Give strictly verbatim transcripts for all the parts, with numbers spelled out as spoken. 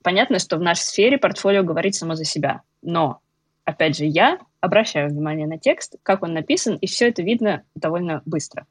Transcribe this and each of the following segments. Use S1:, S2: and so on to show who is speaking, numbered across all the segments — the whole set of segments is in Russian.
S1: Понятно, что в нашей сфере портфолио говорит само за себя, но, опять же, я обращаю внимание на текст, как он написан, и все это видно довольно быстро.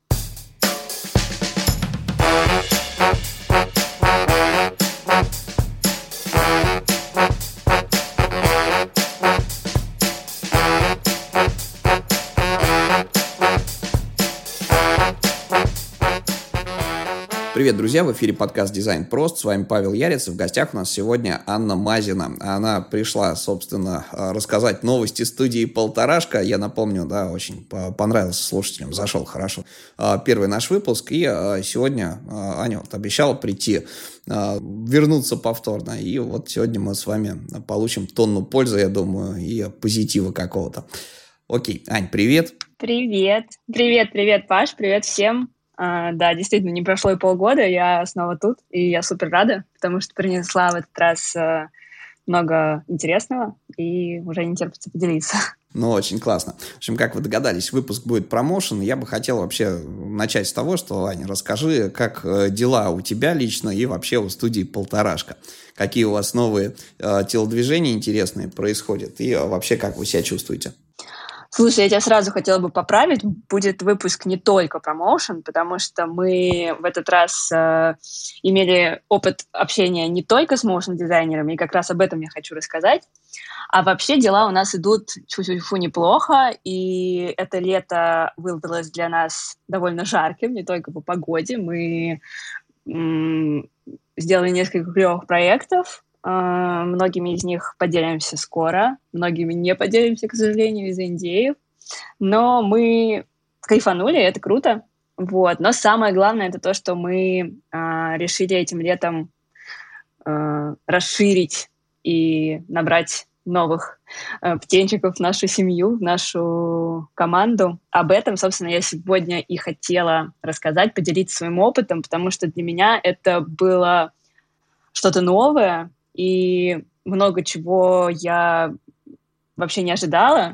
S2: Привет, друзья! В эфире подкаст «Дизайн прост». С вами Павел Ярец. В гостях у нас сегодня Анна Мазина. Она пришла, собственно, рассказать новости студии «Полторашка». Я напомню, да, очень понравился слушателям, зашел хорошо первый наш выпуск. И сегодня Аня вот обещала прийти, вернуться повторно. И вот сегодня мы с вами получим тонну пользы, я думаю, и позитива какого-то. Окей, Ань, привет!
S1: Привет! Привет, привет, Паш! Привет всем! Uh, да, действительно, не прошло и полгода, я снова тут, и я супер рада, потому что принесла в этот раз uh, много интересного, и уже не терпится поделиться.
S2: Ну, очень классно. В общем, как вы догадались, выпуск будет промоушен. Я бы хотел вообще начать с того, что, Аня, расскажи, как дела у тебя лично и вообще у студии «Полторашка». Какие у вас новые uh, телодвижения интересные происходят, и uh, вообще как вы себя чувствуете?
S1: Слушай, я тебя сразу хотела бы поправить. Будет выпуск не только промоушен, потому что мы в этот раз э, имели опыт общения не только с моушн-дизайнерами, и как раз об этом я хочу рассказать. А вообще дела у нас идут чуть-чуть неплохо, и это лето выдалось для нас довольно жарким, не только по погоде. Мы м- сделали несколько клевых проектов. Uh, многими из них поделимся скоро, многими не поделимся, к сожалению, из-за эн ди эй. Но мы кайфанули, это круто. Вот. Но самое главное это то, что мы uh, решили этим летом uh, расширить и набрать новых uh, птенчиков в нашу семью, в нашу команду. Об этом, собственно, я сегодня и хотела рассказать, поделиться своим опытом, потому что для меня это было что-то новое, и много чего я вообще не ожидала.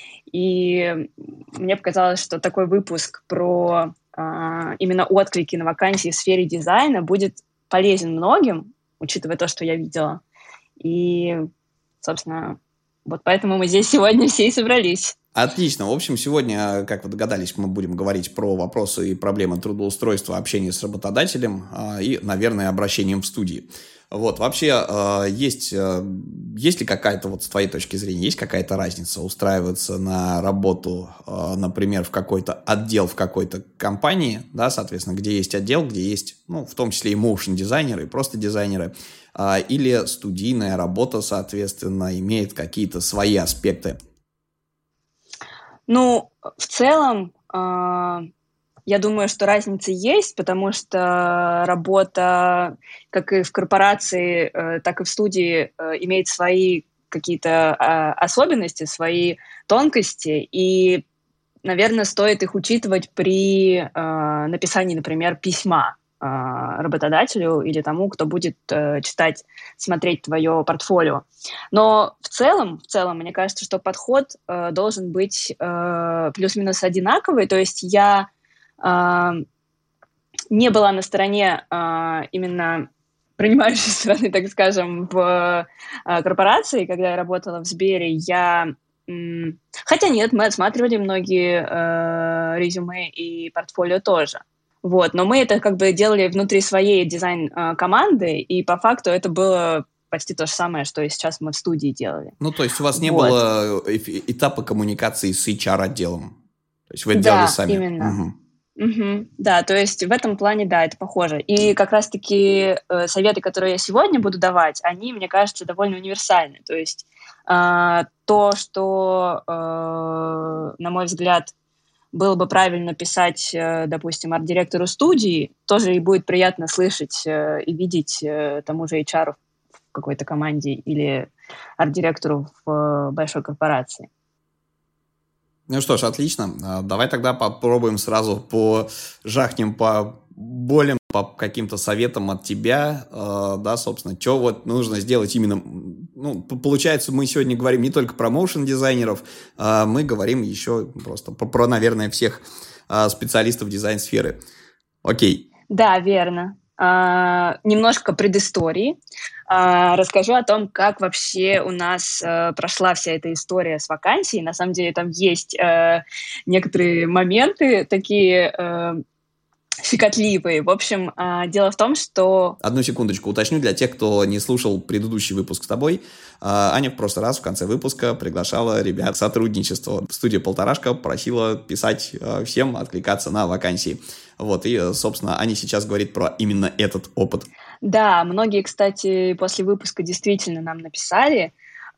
S1: И мне показалось, что такой выпуск про а, именно отклики на вакансии в сфере дизайна будет полезен многим, учитывая то, что я видела. И, собственно, вот поэтому мы здесь сегодня все и собрались.
S2: Отлично. В общем, сегодня, как вы догадались, мы будем говорить про вопросы и проблемы трудоустройства, общения с работодателем и, наверное, обращением в студии. Вот, вообще, есть, есть ли какая-то, вот с твоей точки зрения, есть какая-то разница устраиваться на работу, например, в какой-то отдел в какой-то компании, да, соответственно, где есть отдел, где есть, ну, в том числе и моушн-дизайнеры, и просто дизайнеры, или студийная работа, соответственно, имеет какие-то свои аспекты?
S1: Ну, в целом, э, я думаю, что разница есть, потому что работа, как и в корпорации, э, так и в студии, э, имеет свои какие-то э, особенности, свои тонкости, и, наверное, стоит их учитывать при э, написании, например, письма э, работодателю или тому, кто будет э, читать, смотреть твое портфолио. Но в целом, в целом, мне кажется, что подход э, должен быть э, плюс-минус одинаковый. То есть я э, не была на стороне э, именно принимающей стороны, так скажем, в э, корпорации, когда я работала в Сбере. Я, м- хотя нет, мы отсматривали многие э, резюме и портфолио тоже. Вот, но мы это как бы делали внутри своей дизайн-команды, и по факту это было почти то же самое, что и сейчас мы в студии делали.
S2: Ну, то есть у вас
S1: вот.
S2: не было этапа коммуникации с эйч ар-отделом? То есть вы это
S1: да,
S2: делали сами?
S1: Именно.
S2: Угу.
S1: Угу. Да, то есть в этом плане, да, это похоже. И как раз-таки э, советы, которые я сегодня буду давать, они, мне кажется, довольно универсальны. То есть э, то, что, э, на мой взгляд, было бы правильно писать, э, допустим, арт-директору студии, тоже и будет приятно слышать э, и видеть э, тому же эйч ар в какой-то команде или арт-директору в э, большой корпорации.
S2: Ну что ж, отлично. Давай тогда попробуем сразу по жахнем по болям, по каким-то советам от тебя, э, да, собственно, что вот нужно сделать именно, ну, получается, мы сегодня говорим не только про моушн-дизайнеров, э, мы говорим еще просто про, про наверное, всех э, специалистов дизайн-сферы. Окей.
S1: Да, верно. а, немножко предыстории, а, расскажу о том, как вообще у нас а, прошла вся эта история с вакансией. На самом деле там есть а, некоторые моменты такие а, щекотливые. В общем, а, дело в том, что...
S2: Одну секундочку уточню для тех, кто не слушал предыдущий выпуск с тобой. Аня в прошлый раз в конце выпуска приглашала ребят к сотрудничеству. Студия «Полторашка» просила писать всем, откликаться на вакансии. Вот, и, собственно, Аня сейчас говорит про именно этот опыт.
S1: Да, многие, кстати, после выпуска действительно нам написали.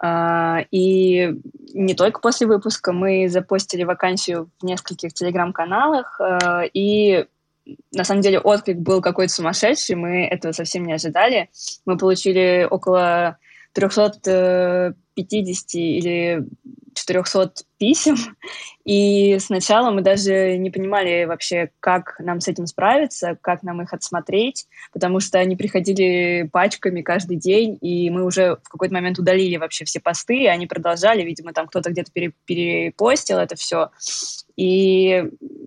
S1: И не только после выпуска. Мы запостили вакансию в нескольких телеграм-каналах, и на самом деле отклик был какой-то сумасшедший, мы этого совсем не ожидали. Мы получили около триста пятьдесят или четыреста писем, и сначала мы даже не понимали вообще, как нам с этим справиться, как нам их отсмотреть, потому что они приходили пачками каждый день, и мы уже в какой-то момент удалили вообще все посты, и они продолжали, видимо, там кто-то где-то пере- перепостил это все, и...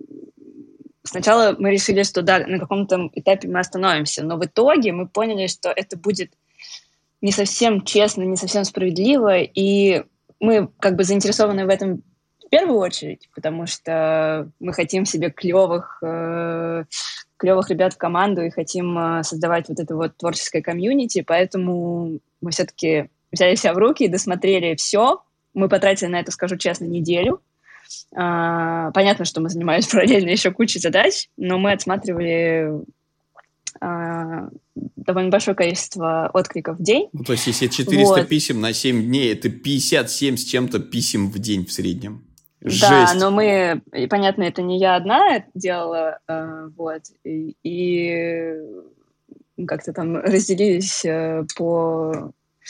S1: Сначала мы решили, что да, на каком-то этапе мы остановимся, но в итоге мы поняли, что это будет не совсем честно, не совсем справедливо, и мы как бы заинтересованы в этом в первую очередь, потому что мы хотим себе клевых, э, клевых ребят в команду и хотим э, создавать вот это вот творческое комьюнити, поэтому мы все-таки взяли себя в руки и досмотрели все. Мы потратили на это, скажу честно, неделю. Uh, понятно, что мы занимались параллельно еще кучей задач, но мы отсматривали uh, довольно большое количество откликов в день.
S2: Ну, то есть, если четыреста
S1: вот.
S2: писем на семь дней, это пятьдесят семь с чем-то писем в день в среднем. Жесть.
S1: Да, но мы, понятно, это не я одна делала, uh, вот, и, и как-то там разделились uh, по,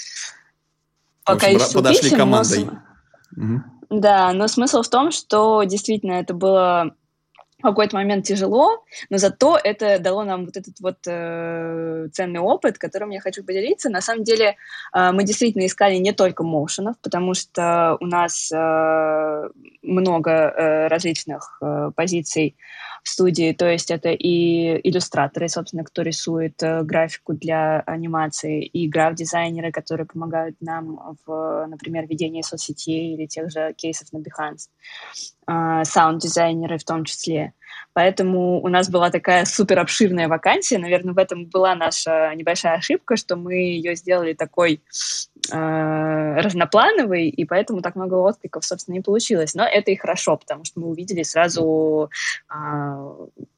S1: по
S2: в общем,
S1: количеству
S2: подошли
S1: писем.
S2: командой.
S1: Но... Угу. Да, но смысл в том, что действительно это было в какой-то момент тяжело, но зато это дало нам вот этот вот э, ценный опыт, которым я хочу поделиться. На самом деле э, мы действительно искали не только моушенов, потому что у нас э, много э, различных э, позиций в студии, то есть это и иллюстраторы, собственно, кто рисует э, графику для анимации, и граф-дизайнеры, которые помогают нам в, например, ведении соцсетей или тех же кейсов на Behance, э, саунд-дизайнеры в том числе. Поэтому у нас была такая супер обширная вакансия. Наверное, в этом была наша небольшая ошибка, что мы ее сделали такой э, разноплановой, и поэтому так много откликов, собственно, не получилось. Но это и хорошо, потому что мы увидели сразу э,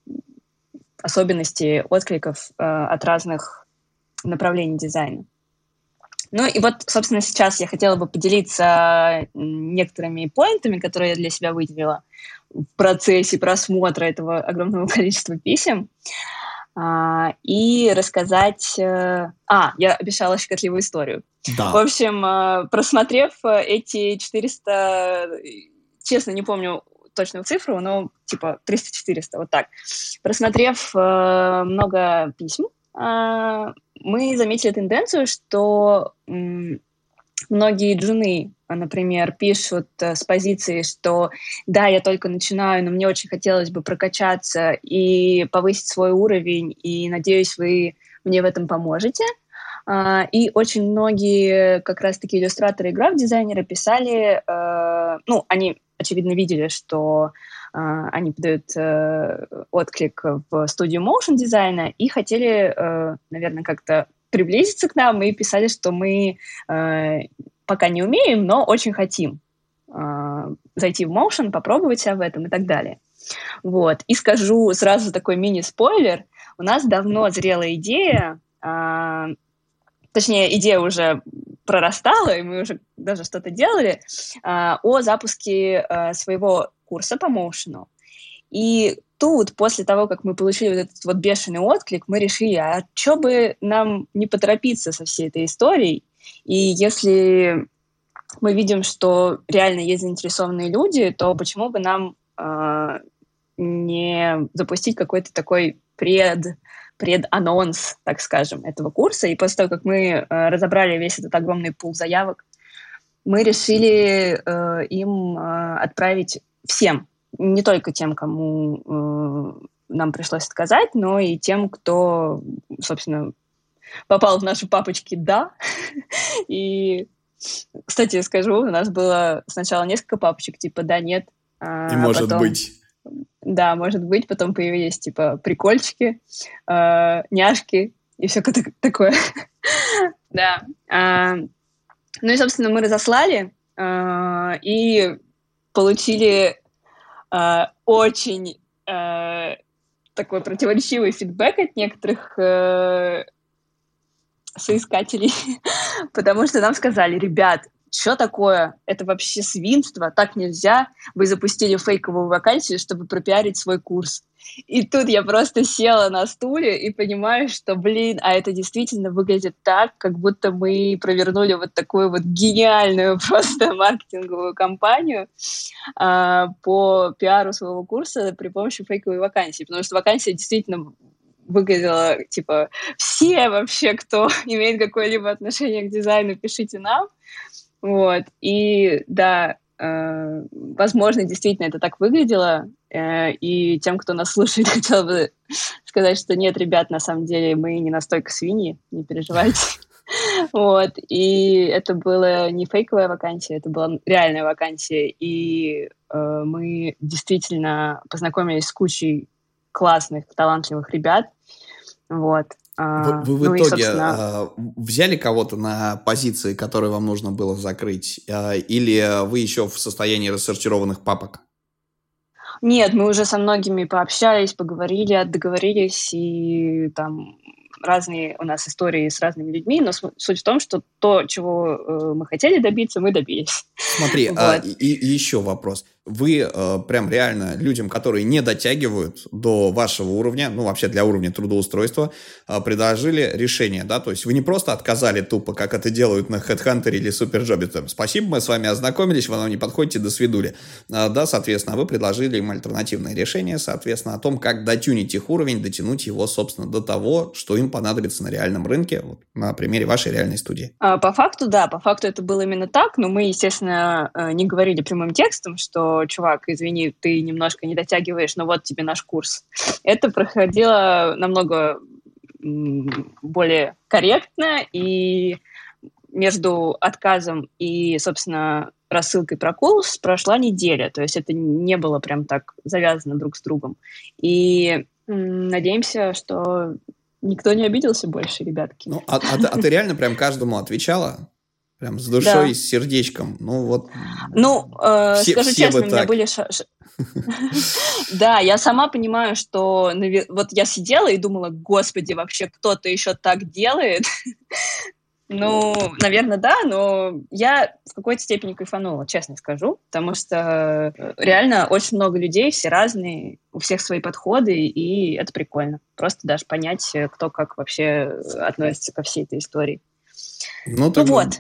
S1: особенности откликов э, от разных направлений дизайна. Ну и вот, собственно, сейчас я хотела бы поделиться некоторыми поинтами, которые я для себя выделила в процессе просмотра этого огромного количества писем, а, и рассказать... А, я обещала щекотливую историю.
S2: Да.
S1: В общем, просмотрев эти четыреста... Честно, не помню точную цифру, но типа триста-четыреста, вот так. Просмотрев много писем, мы заметили тенденцию, что м, многие джуны, например, пишут э, с позиции, что да, я только начинаю, но мне очень хотелось бы прокачаться и повысить свой уровень, и надеюсь, вы мне в этом поможете. Uh, и очень многие как раз-таки иллюстраторы и граф-дизайнеры писали, uh, ну, они, очевидно, видели, что uh, они подают uh, отклик в студию моушн-дизайна и хотели, uh, наверное, как-то приблизиться к нам и писали, что мы uh, пока не умеем, но очень хотим uh, зайти в моушн, попробовать себя в этом и так далее. Вот. И скажу сразу такой мини-спойлер. У нас давно зрела идея, uh, точнее, идея уже прорастала, и мы уже даже что-то делали, э, о запуске э, своего курса по моушену. И тут, после того, как мы получили вот этот вот бешеный отклик, мы решили, а что бы нам не поторопиться со всей этой историей? И если мы видим, что реально есть заинтересованные люди, то почему бы нам э, не запустить какой-то такой пред... преданонс, так скажем, этого курса. И после того, как мы э, разобрали весь этот огромный пул заявок, мы решили э, им э, отправить всем, не только тем, кому э, нам пришлось отказать, но и тем, кто, собственно, попал в наши папочки «да». И, кстати, скажу, у нас было сначала несколько папочек, типа «да», «нет».
S2: И а может потом, быть.
S1: Да, может быть. Потом появились, типа, прикольчики, э, няшки и все такое. Да. А, ну и, собственно, мы разослали э, и получили э, очень э, такой противоречивый фидбэк от некоторых э, соискателей, потому что нам сказали: ребят, что такое? Это вообще свинство, так нельзя. Вы запустили фейковую вакансию, чтобы пропиарить свой курс. И тут я просто села на стуле и понимаю, что, блин, а это действительно выглядит так, как будто мы провернули вот такую вот гениальную просто маркетинговую кампанию э, по пиару своего курса при помощи фейковой вакансии. Потому что вакансия действительно выглядела, типа, все вообще, кто имеет какое-либо отношение к дизайну, пишите нам. Вот. И да, э, возможно, действительно это так выглядело. Э, и тем, кто нас слушает, хотел бы сказать, что нет, ребят, на самом деле мы не настолько свиньи, не переживайте. Вот. И это была не фейковая вакансия, это была реальная вакансия. И э, мы действительно познакомились с кучей классных, талантливых ребят. Вот.
S2: Вы, вы в ну итоге и, собственно... взяли кого-то на позиции, которые вам нужно было закрыть, или вы еще в состоянии рассортированных папок?
S1: Нет, мы уже со многими пообщались, поговорили, договорились, и там разные у нас истории с разными людьми, но суть в том, что то, чего мы хотели добиться, мы добились.
S2: Смотри, вот. а, и, и еще вопрос. Вы э, прям реально людям, которые не дотягивают до вашего уровня, ну, вообще для уровня трудоустройства, э, предложили решение, да, то есть вы не просто отказали тупо, как это делают на HeadHunter или Суперджобе, там, спасибо, мы с вами ознакомились, вы нам не подходите, до свидули, э, да, соответственно, вы предложили им альтернативное решение, соответственно, о том, как дотюнить их уровень, дотянуть его, собственно, до того, что им понадобится на реальном рынке, вот, на примере вашей реальной студии.
S1: А, по факту, да, по факту это было именно так, но мы, естественно, не говорили прямым текстом, что чувак, извини, ты немножко не дотягиваешь, но вот тебе наш курс. Это проходило намного более корректно, и между отказом и, собственно, рассылкой про курс прошла неделя, то есть это не было прям так завязано друг с другом. И м, надеемся, что никто не обиделся больше, ребятки.
S2: Ну, а, а, а ты реально прям каждому отвечала? Прям с душой, да. С сердечком. Ну, вот.
S1: Ну, э, все, скажу все честно, у меня так. были... Ша- ша- да, я сама понимаю, что вот я сидела и думала, господи, вообще кто-то еще так делает? Ну, наверное, да, но я в какой-то степени кайфанула, честно скажу, потому что реально очень много людей, все разные, у всех свои подходы, и это прикольно. Просто даже понять, кто как вообще относится ко всей этой истории.
S2: Ну,
S1: ну вот.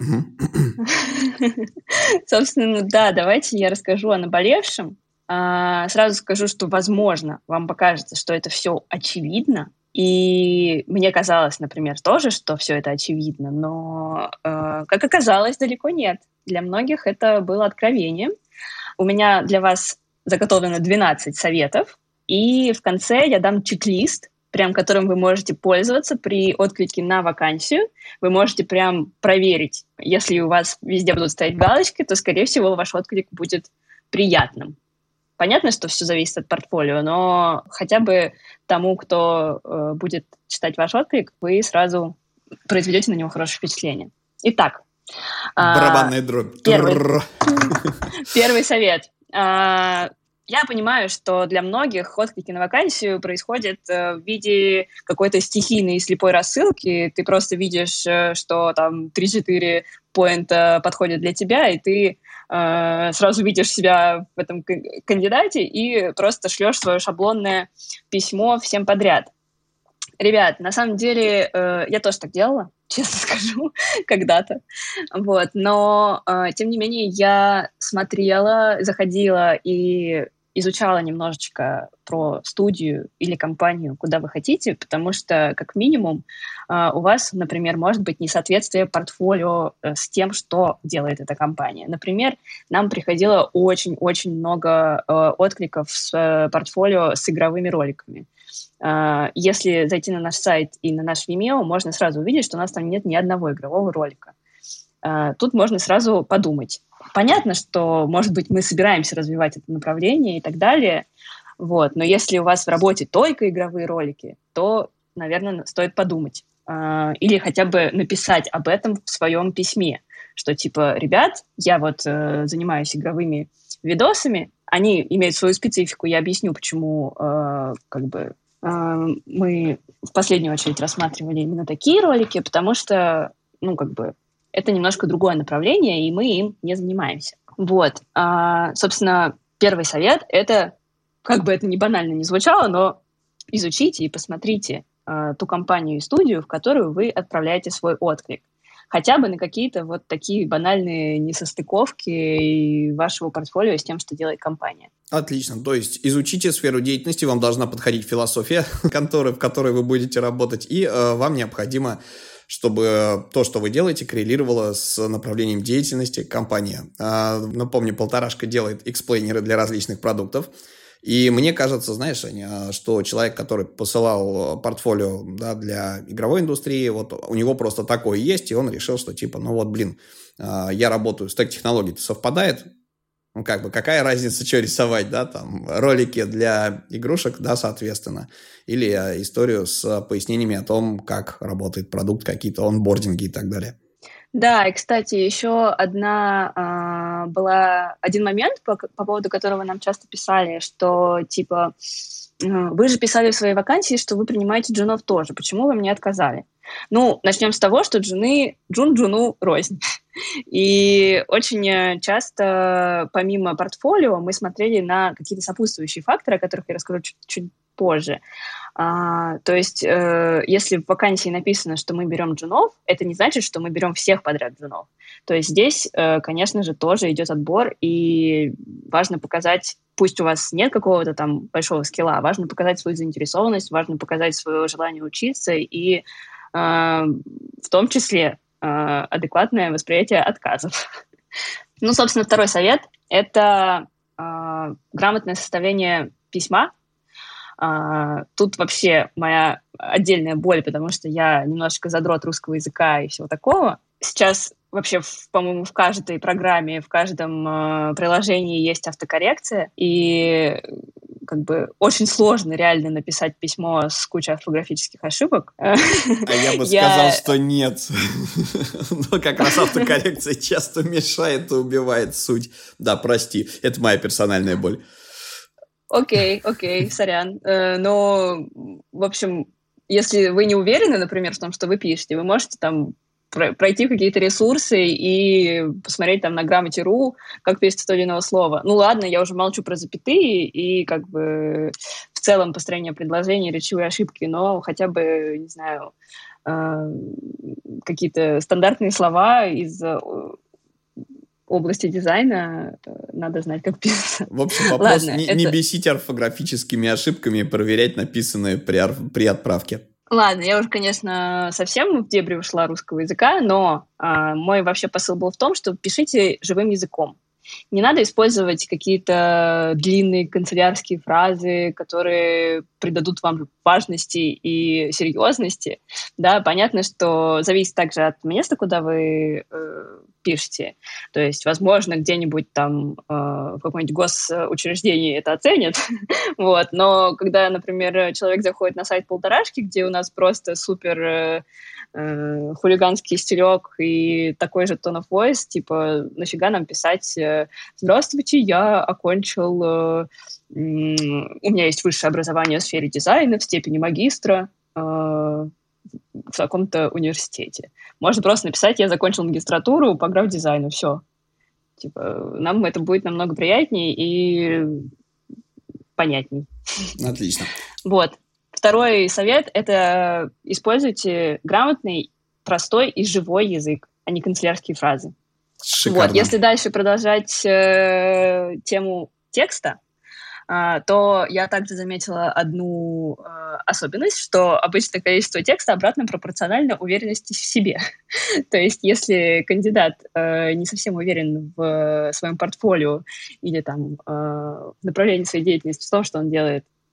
S1: Собственно, да, давайте я расскажу о наболевшем. А, сразу скажу, что, возможно, вам покажется, что это все очевидно. И мне казалось, например, тоже, что все это очевидно, но, э, как оказалось, далеко нет. Для многих это было откровением. У меня для вас заготовлено двенадцать советов, и в конце я дам чек-лист, прям которым вы можете пользоваться при отклике на вакансию. Вы можете прям проверить. Если у вас везде будут стоять галочки, то, скорее всего, ваш отклик будет приятным. Понятно, что все зависит от портфолио, но хотя бы тому, кто э, будет читать ваш отклик, вы сразу произведете на него хорошее впечатление. Итак.
S2: Барабанная дробь.
S1: Первый, первый совет. Я понимаю, что для многих отклики на вакансию происходят в виде какой-то стихийной слепой рассылки. Ты просто видишь, что там три-четыре поинта подходят для тебя, и ты э, сразу видишь себя в этом кандидате и просто шлешь свое шаблонное письмо всем подряд. Ребят, на самом деле, э, я тоже так делала, честно скажу, когда-то. Вот. Но, э, тем не менее, я смотрела, заходила и изучала немножечко про студию или компанию, куда вы хотите, потому что, как минимум, э, у вас, например, может быть несоответствие портфолио э, с тем, что делает эта компания. Например, нам приходило очень-очень много э, откликов с э, портфолио с игровыми роликами. э, если зайти на наш сайт и на наш Vimeo, можно сразу увидеть, что у нас там нет ни одного игрового ролика. Э, тут можно сразу подумать. Понятно, что, может быть, мы собираемся развивать это направление и так далее, вот, но если у вас в работе только игровые ролики, то, наверное, стоит подумать. Э, или хотя бы написать об этом в своем письме, что типа, ребят, я вот э, занимаюсь игровыми видосами, они имеют свою специфику, я объясню, почему э, как бы э, мы в последнюю очередь рассматривали именно такие ролики, потому что, ну, как бы, это немножко другое направление, и мы им не занимаемся. Вот. А, собственно, первый совет — это, как бы это ни банально не звучало, но изучите и посмотрите а, ту компанию и студию, в которую вы отправляете свой отклик. Хотя бы на какие-то вот такие банальные несостыковки вашего портфолио с тем, что делает компания.
S2: Отлично. То есть изучите сферу деятельности, вам должна подходить философия конторы, в которой вы будете работать, и э, вам необходимо, чтобы то, что вы делаете, коррелировало с направлением деятельности компании. Э, напомню, Полторашка делает эксплейнеры для различных продуктов. И мне кажется, знаешь, Аня, что человек, который посылал портфолио, да, для игровой индустрии, вот у него просто такое есть, и он решил, что типа, ну вот, блин, я работаю, стек технологий совпадает, ну как бы, какая разница, что рисовать, да, там, ролики для игрушек, да, соответственно, или историю с пояснениями о том, как работает продукт, какие-то онбординги и так далее.
S1: Да, и, кстати, еще одна э, была один момент, по, по поводу которого нам часто писали, что, типа, э, вы же писали в своей вакансии, что вы принимаете джунов тоже, почему вы мне отказали? Ну, начнем с того, что джуны, джун джуну рознь. И очень часто, помимо портфолио, мы смотрели на какие-то сопутствующие факторы, о которых я расскажу чуть, чуть позже. А, то есть, э, если в вакансии написано, что мы берем джунов, это не значит, что мы берем всех подряд джунов. То есть здесь, э, конечно же, тоже идет отбор, и важно показать, пусть у вас нет какого-то там большого скилла, важно показать свою заинтересованность, важно показать свое желание учиться, и э, в том числе э, адекватное восприятие отказов. Ну, собственно, второй совет — это э, грамотное составление письма. Uh, тут вообще моя отдельная боль, потому что я немножечко задрот русского языка и всего такого. Сейчас вообще, в, по-моему, в каждой программе, в каждом uh, приложении есть автокоррекция, и как бы очень сложно реально написать письмо с кучей орфографических ошибок.
S2: А я бы сказал, что нет. Но как раз автокоррекция часто мешает и убивает суть. Да, прости, это моя персональная боль.
S1: Окей, окей, сорян. Э, но, в общем, если вы не уверены, например, в том, что вы пишете, вы можете там пройти какие-то ресурсы и посмотреть там на грамоте точка ру, как пишется то или иное слово. Ну ладно, я уже молчу про запятые и как бы в целом построение предложений, речевые ошибки, но хотя бы, не знаю, э, какие-то стандартные слова из области дизайна надо знать, как писать.
S2: В общем, вопрос Ладно, не, это... не бесить орфографическими ошибками и проверять написанное при, при отправке.
S1: Ладно, я уже, конечно, совсем в дебри ушла русского языка, но а, мой вообще посыл был в том, что пишите живым языком. Не надо использовать какие-то длинные канцелярские фразы, которые придадут вам важности и серьезности. Да, понятно, что зависит также от места, куда вы э, пишете. То есть, возможно, где-нибудь там э, в каком-нибудь госучреждении это оценят. Вот. Но когда, например, человек заходит на сайт Полторашки, где у нас просто супер... Э, хулиганский стилек и такой же tone of voice, типа, нафига нам писать «Здравствуйте, я окончил, э, у меня есть высшее образование в сфере дизайна в степени магистра э, в таком-то университете». Можно просто написать «Я закончил магистратуру по граф-дизайну», все. Типа, нам это будет намного приятнее и понятней.
S2: Отлично.
S1: Вот. Второй совет — это используйте грамотный, простой и живой язык, а не канцелярские фразы.
S2: Шикарно.
S1: Вот. Если дальше продолжать э, тему текста, э, то я также заметила одну э, особенность, что обычно количество текста обратно пропорционально уверенности в себе. То есть если кандидат э, не совсем уверен в своем портфолио или там, э, в направлении своей деятельности, в том, что он делает,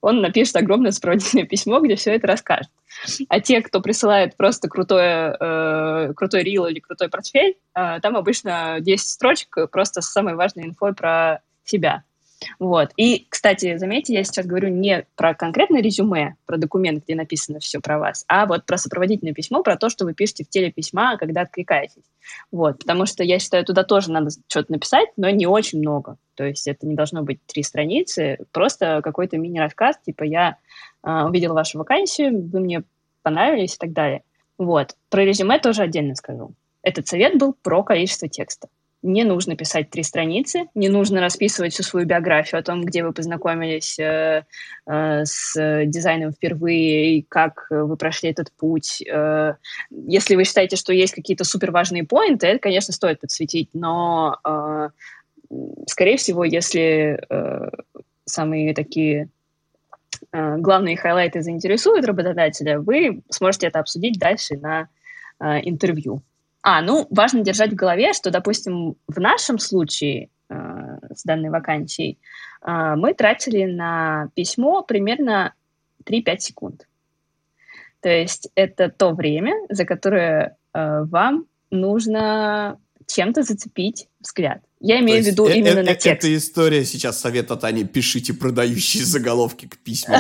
S1: он напишет огромное сопроводительное письмо, где все это расскажет. А те, кто присылает просто крутое, э, крутой рил или крутой портфель, э, там обычно десять строчек просто с самой важной инфой про себя. Вот. И, кстати, заметьте, я сейчас говорю не про конкретное резюме, про документ, где написано все про вас, а вот про сопроводительное письмо, про то, что вы пишете в теле письма, когда откликаетесь. Вот. Потому что, я считаю, туда тоже надо что-то написать, но не очень много. То есть это не должно быть три страницы, просто какой-то мини-рассказ, типа я э, увидела вашу вакансию, вы мне понравились и так далее. Вот. Про резюме тоже отдельно скажу. Этот совет был про количество текста. Не нужно писать три страницы, не нужно расписывать всю свою биографию о том, где вы познакомились э, э, с дизайном впервые, и как вы прошли этот путь. Э, если вы считаете, что есть какие-то суперважные поинты, это, конечно, стоит подсветить, но, э, скорее всего, если э, самые такие э, главные хайлайты заинтересуют работодателя, вы сможете это обсудить дальше на э, интервью. А, ну, важно держать в голове, что, допустим, в нашем случае э, с данной вакансией э, мы тратили на письмо примерно три-пять секунд. То есть это то время, за которое э, вам нужно чем-то зацепить взгляд. Я имею в виду
S2: э-
S1: именно
S2: э-
S1: на текст.
S2: Это история сейчас совета Тани. Пишите продающие заголовки к письмам.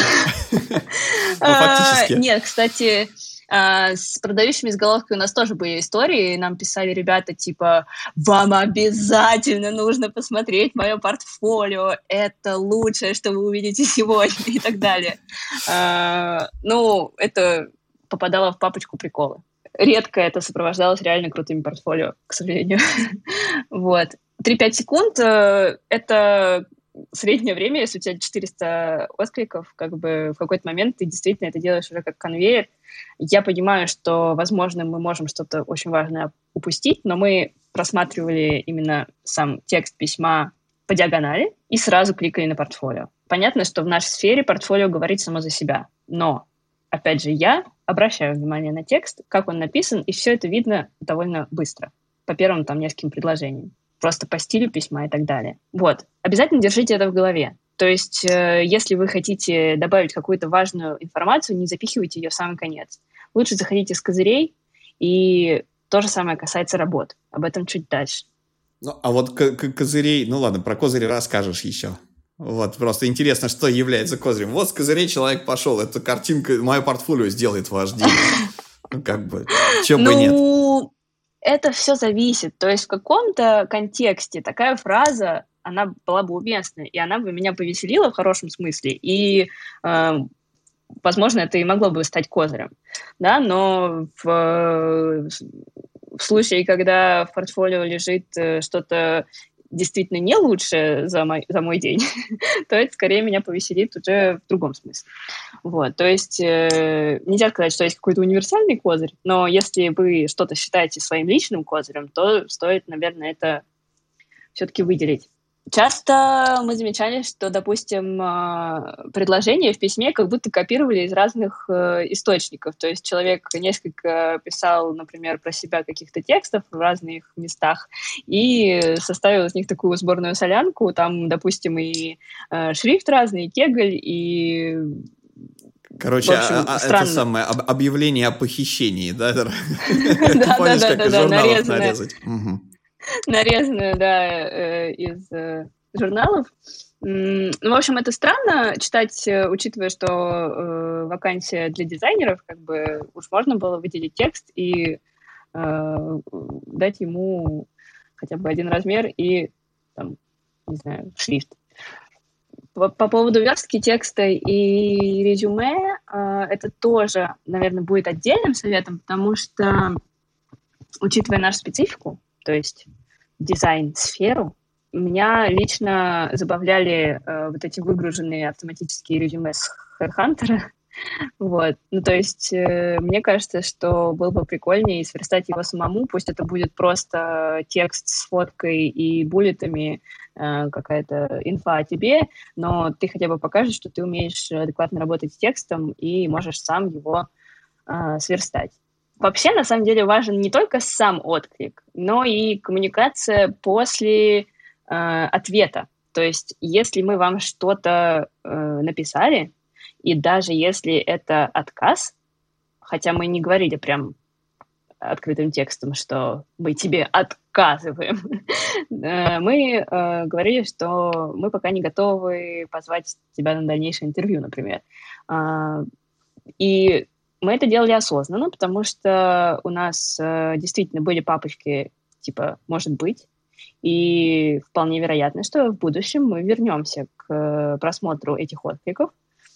S2: Фактически.
S1: Нет, кстати... Uh, с продающими заголовками у нас тоже были истории, нам писали ребята типа «Вам обязательно нужно посмотреть мое портфолио, это лучшее, что вы увидите сегодня» и так далее. Uh, ну, это попадало в папочку приколы. Редко это сопровождалось реально крутыми портфолио, к сожалению. Вот. три-пять секунд uh, — это... среднее время, если у тебя четыреста откликов, как бы в какой-то момент ты действительно это делаешь уже как конвейер. Я понимаю, что, возможно, мы можем что-то очень важное упустить, но мы просматривали именно сам текст письма по диагонали и сразу кликали на портфолио. Понятно, что в нашей сфере портфолио говорит само за себя, но, опять же, я обращаю внимание на текст, как он написан, и все это видно довольно быстро, по первым там нескольким предложениям. Просто по стилю письма и так далее. Вот. Обязательно держите это в голове. То есть, э, если вы хотите добавить какую-то важную информацию, не запихивайте ее в самый конец. Лучше заходите с козырей, и то же самое касается работ. Об этом чуть дальше.
S2: Ну, а вот к- к- козырей... Ну ладно, про козыри расскажешь еще. Вот, просто интересно, что является козырем. Вот с козырей человек пошел, эта картинка, мое портфолио сделает ваш день. Ну, как бы, чего бы нет.
S1: Ну... Это все зависит. То есть в каком-то контексте такая фраза, она была бы уместной, и она бы меня повеселила в хорошем смысле, и, э, возможно, это и могло бы стать козырем. Да? Но в, в случае, когда в портфолио лежит что-то действительно не лучше за мой, за мой день, то это скорее меня повеселит уже в другом смысле. Вот, то есть э, нельзя сказать, что есть какой-то универсальный козырь, но если вы что-то считаете своим личным козырем, то стоит, наверное, это все-таки выделить. Часто мы замечали, что, допустим, предложения в письме как будто копировали из разных источников. То есть человек несколько писал, например, про себя каких-то текстов в разных местах и составил из них такую сборную солянку. Там, допустим, и шрифт разный, и кегль, и...
S2: Короче, общем, а, это самое объявление о похищении, да?
S1: Да-да-да, нарезанное. Нарезанную, да, из э, журналов. Ну, в общем, это странно читать, учитывая, что э, вакансия для дизайнеров, как бы уж можно было выделить текст и э, дать ему хотя бы один размер и, там, не знаю, шрифт. По, по поводу верстки текста и резюме, э, это тоже, наверное, будет отдельным советом, потому что, учитывая нашу специфику, то есть дизайн-сферу, меня лично забавляли э, вот эти выгруженные автоматические резюме с HeadHunter. Вот. Ну, то есть э, мне кажется, что было бы прикольнее сверстать его самому, пусть это будет просто текст с фоткой и буллетами, э, какая-то инфа о тебе, но ты хотя бы покажешь, что ты умеешь адекватно работать с текстом и можешь сам его э, сверстать. Вообще, на самом деле, важен не только сам отклик, но и коммуникация после э, ответа. То есть, если мы вам что-то э, написали, И даже если это отказ, хотя мы не говорили прям открытым текстом, что мы тебе отказываем, мы говорили, что мы пока не готовы позвать тебя на дальнейшее интервью, например. И мы это делали осознанно, потому что у нас действительно были папочки типа «может быть», и вполне вероятно, что в будущем мы вернемся к просмотру этих откликов,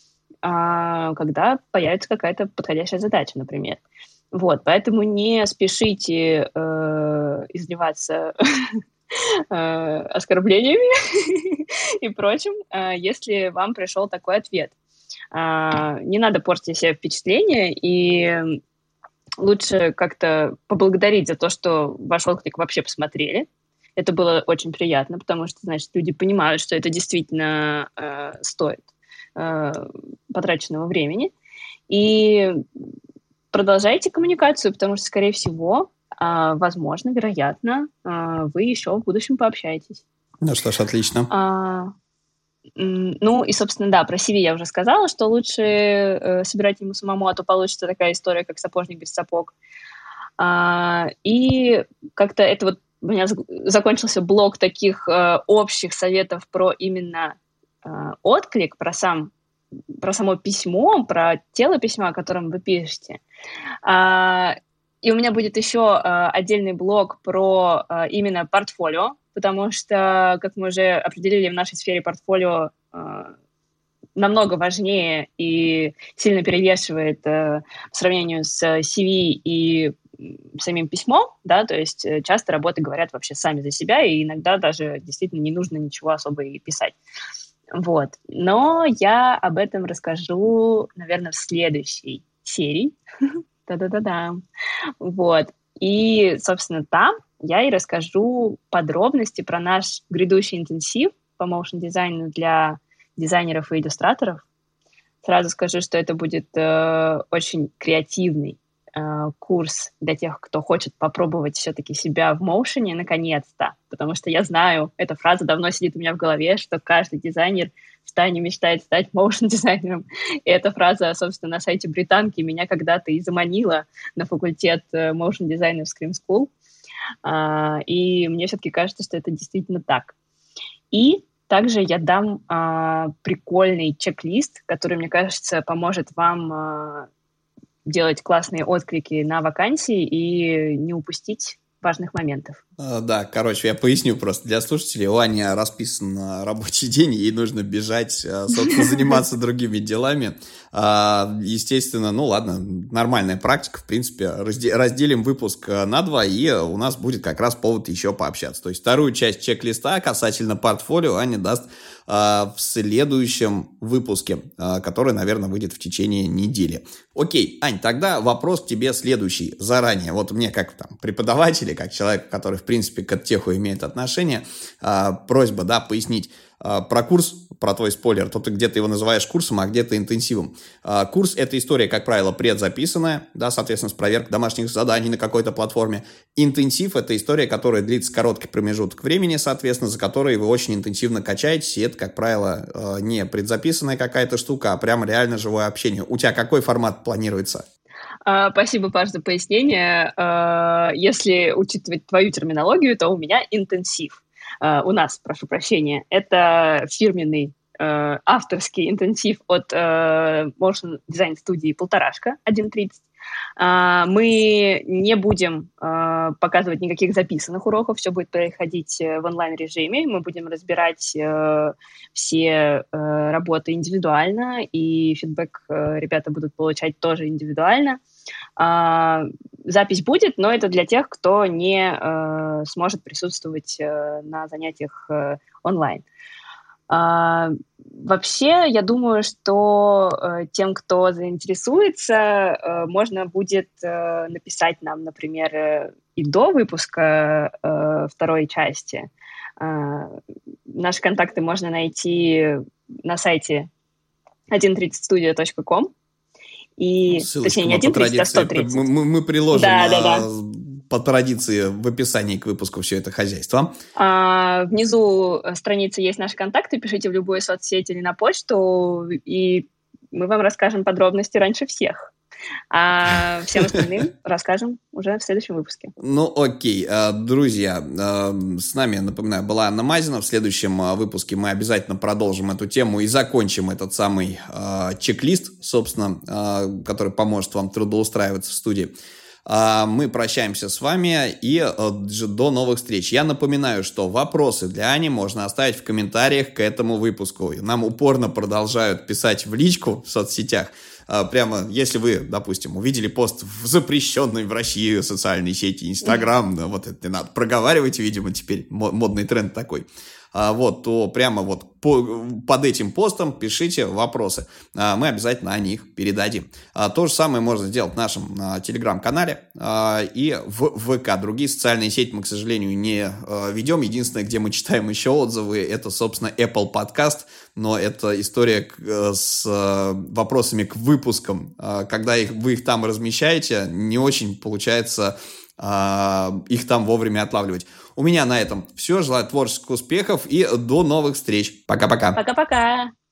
S1: когда появится какая-то подходящая задача, например. Вот, поэтому не спешите э, изливаться э, оскорблениями и прочим, э, если вам пришел такой ответ. Э, не надо портить себе впечатление, и лучше как-то поблагодарить за то, что ваш отклик вообще посмотрели. Это было очень приятно, потому что, значит, люди понимают, что это действительно э, стоит э, потраченного времени. И продолжайте коммуникацию, потому что, скорее всего, э, возможно, вероятно, э, вы еще в будущем пообщаетесь.
S2: Ну что ж, отлично.
S1: А, ну и, собственно, да, про си ви я уже сказала, что лучше э, собирать ему самому, а то получится такая история, как сапожник без сапог. А, и как-то это вот у меня закончился блок таких э, общих советов про именно э, отклик, про сам про само письмо, про тело письма, о котором вы пишете. А, и у меня будет еще а, отдельный блог про а, именно портфолио, потому что, как мы уже определили, в нашей сфере портфолио а, намного важнее и сильно перевешивает а, по сравнению с си ви и самим письмом, да, то есть часто работы говорят вообще сами за себя, и иногда даже действительно не нужно ничего особо и писать. Вот. Но я об этом расскажу, наверное, в следующей серии. Да-да-да-да. Вот. И, собственно, там я и расскажу подробности про наш грядущий интенсив по моушн-дизайну для дизайнеров и иллюстраторов. Сразу скажу, что это будет э, очень креативный э, курс для тех, кто хочет попробовать все-таки себя в моушене наконец-то. Потому что я знаю, эта фраза давно сидит у меня в голове, что каждый дизайнер в тайне мечтает стать моушн-дизайнером. И эта фраза, собственно, на сайте британки меня когда-то и заманила на факультет моушн-дизайна в Scream School. Uh, и мне все-таки кажется, что это действительно так. И также я дам uh, прикольный чек-лист, который, мне кажется, поможет вам uh, делать классные отклики на вакансии и не упустить важных моментов.
S2: Да, короче, я поясню просто для слушателей. У Ани расписан рабочий день, ей нужно бежать, собственно, заниматься другими делами. Естественно, ну ладно, нормальная практика, в принципе. Разделим выпуск на два, и у нас будет как раз повод еще пообщаться. То есть вторую часть чек-листа касательно портфолио Аня даст в следующем выпуске, который, наверное, выйдет в течение недели. Окей, Ань, тогда вопрос к тебе следующий заранее. Вот мне как там преподаватель, как человек, который в принципе к теху имеет отношение, просьба, да, пояснить про курс, про твой спойлер, то ты где-то его называешь курсом, а где-то интенсивом. Курс — это история, как правило, предзаписанная, да, соответственно, с проверкой домашних заданий на какой-то платформе. Интенсив — это история, которая длится короткий промежуток времени, соответственно, за который вы очень интенсивно качаетесь, и это, как правило, не предзаписанная какая-то штука, а прямо реально живое общение. У тебя какой формат планируется?
S1: Спасибо, Паш, за пояснение. Если учитывать твою терминологию, то у меня интенсив. Uh, у нас, прошу прощения, это фирменный uh, авторский интенсив от uh, Motion Design студии «Полторашка» один тридцать. Uh, мы не будем uh, показывать никаких записанных уроков, все будет происходить в онлайн-режиме, мы будем разбирать uh, все uh, работы индивидуально, и фидбэк uh, ребята будут получать тоже индивидуально. Uh, запись будет, но это для тех, кто не uh, сможет присутствовать uh, на занятиях uh, онлайн. Uh, вообще, я думаю, что uh, тем, кто заинтересуется, uh, можно будет uh, написать нам, например, uh, и до выпуска uh, второй части. Uh, наши контакты можно найти на сайте один тридцать студия точка ком. И,
S2: ссылочку
S1: точнее, не один тридцать, а сто тридцать.
S2: Мы, мы, мы приложим
S1: да, да, да.
S2: по традиции в описании к выпуску все это хозяйство.
S1: А, внизу страницы есть наши контакты, пишите в любую соцсеть или на почту, и мы вам расскажем подробности раньше всех. А всем остальным расскажем уже в следующем выпуске.
S2: Ну, окей. Друзья, с нами, напоминаю, была Анна Мазина. В следующем выпуске мы обязательно продолжим эту тему и закончим этот самый чек-лист, собственно, который поможет вам трудоустраиваться в студии. Мы прощаемся с вами и до новых встреч. Я напоминаю, что вопросы для Ани можно оставить в комментариях к этому выпуску. Нам упорно продолжают писать в личку в соцсетях. Прямо, если вы, допустим, увидели пост в запрещенной в России социальной сети Инстаграм, да, вот это не надо проговаривать, видимо, теперь модный тренд такой, вот, то прямо вот по, под этим постом пишите вопросы. Мы обязательно о них передадим. То же самое можно сделать в нашем телеграм-канале и в ВК. Другие социальные сети мы, к сожалению, не ведем. Единственное, где мы читаем еще отзывы, это, собственно, Apple Podcast. Но это история с вопросами к выпускам. Когда их, вы их там размещаете, не очень получается их там вовремя отлавливать. У меня на этом все. Желаю творческих успехов и до новых встреч. Пока-пока.
S1: Пока-пока.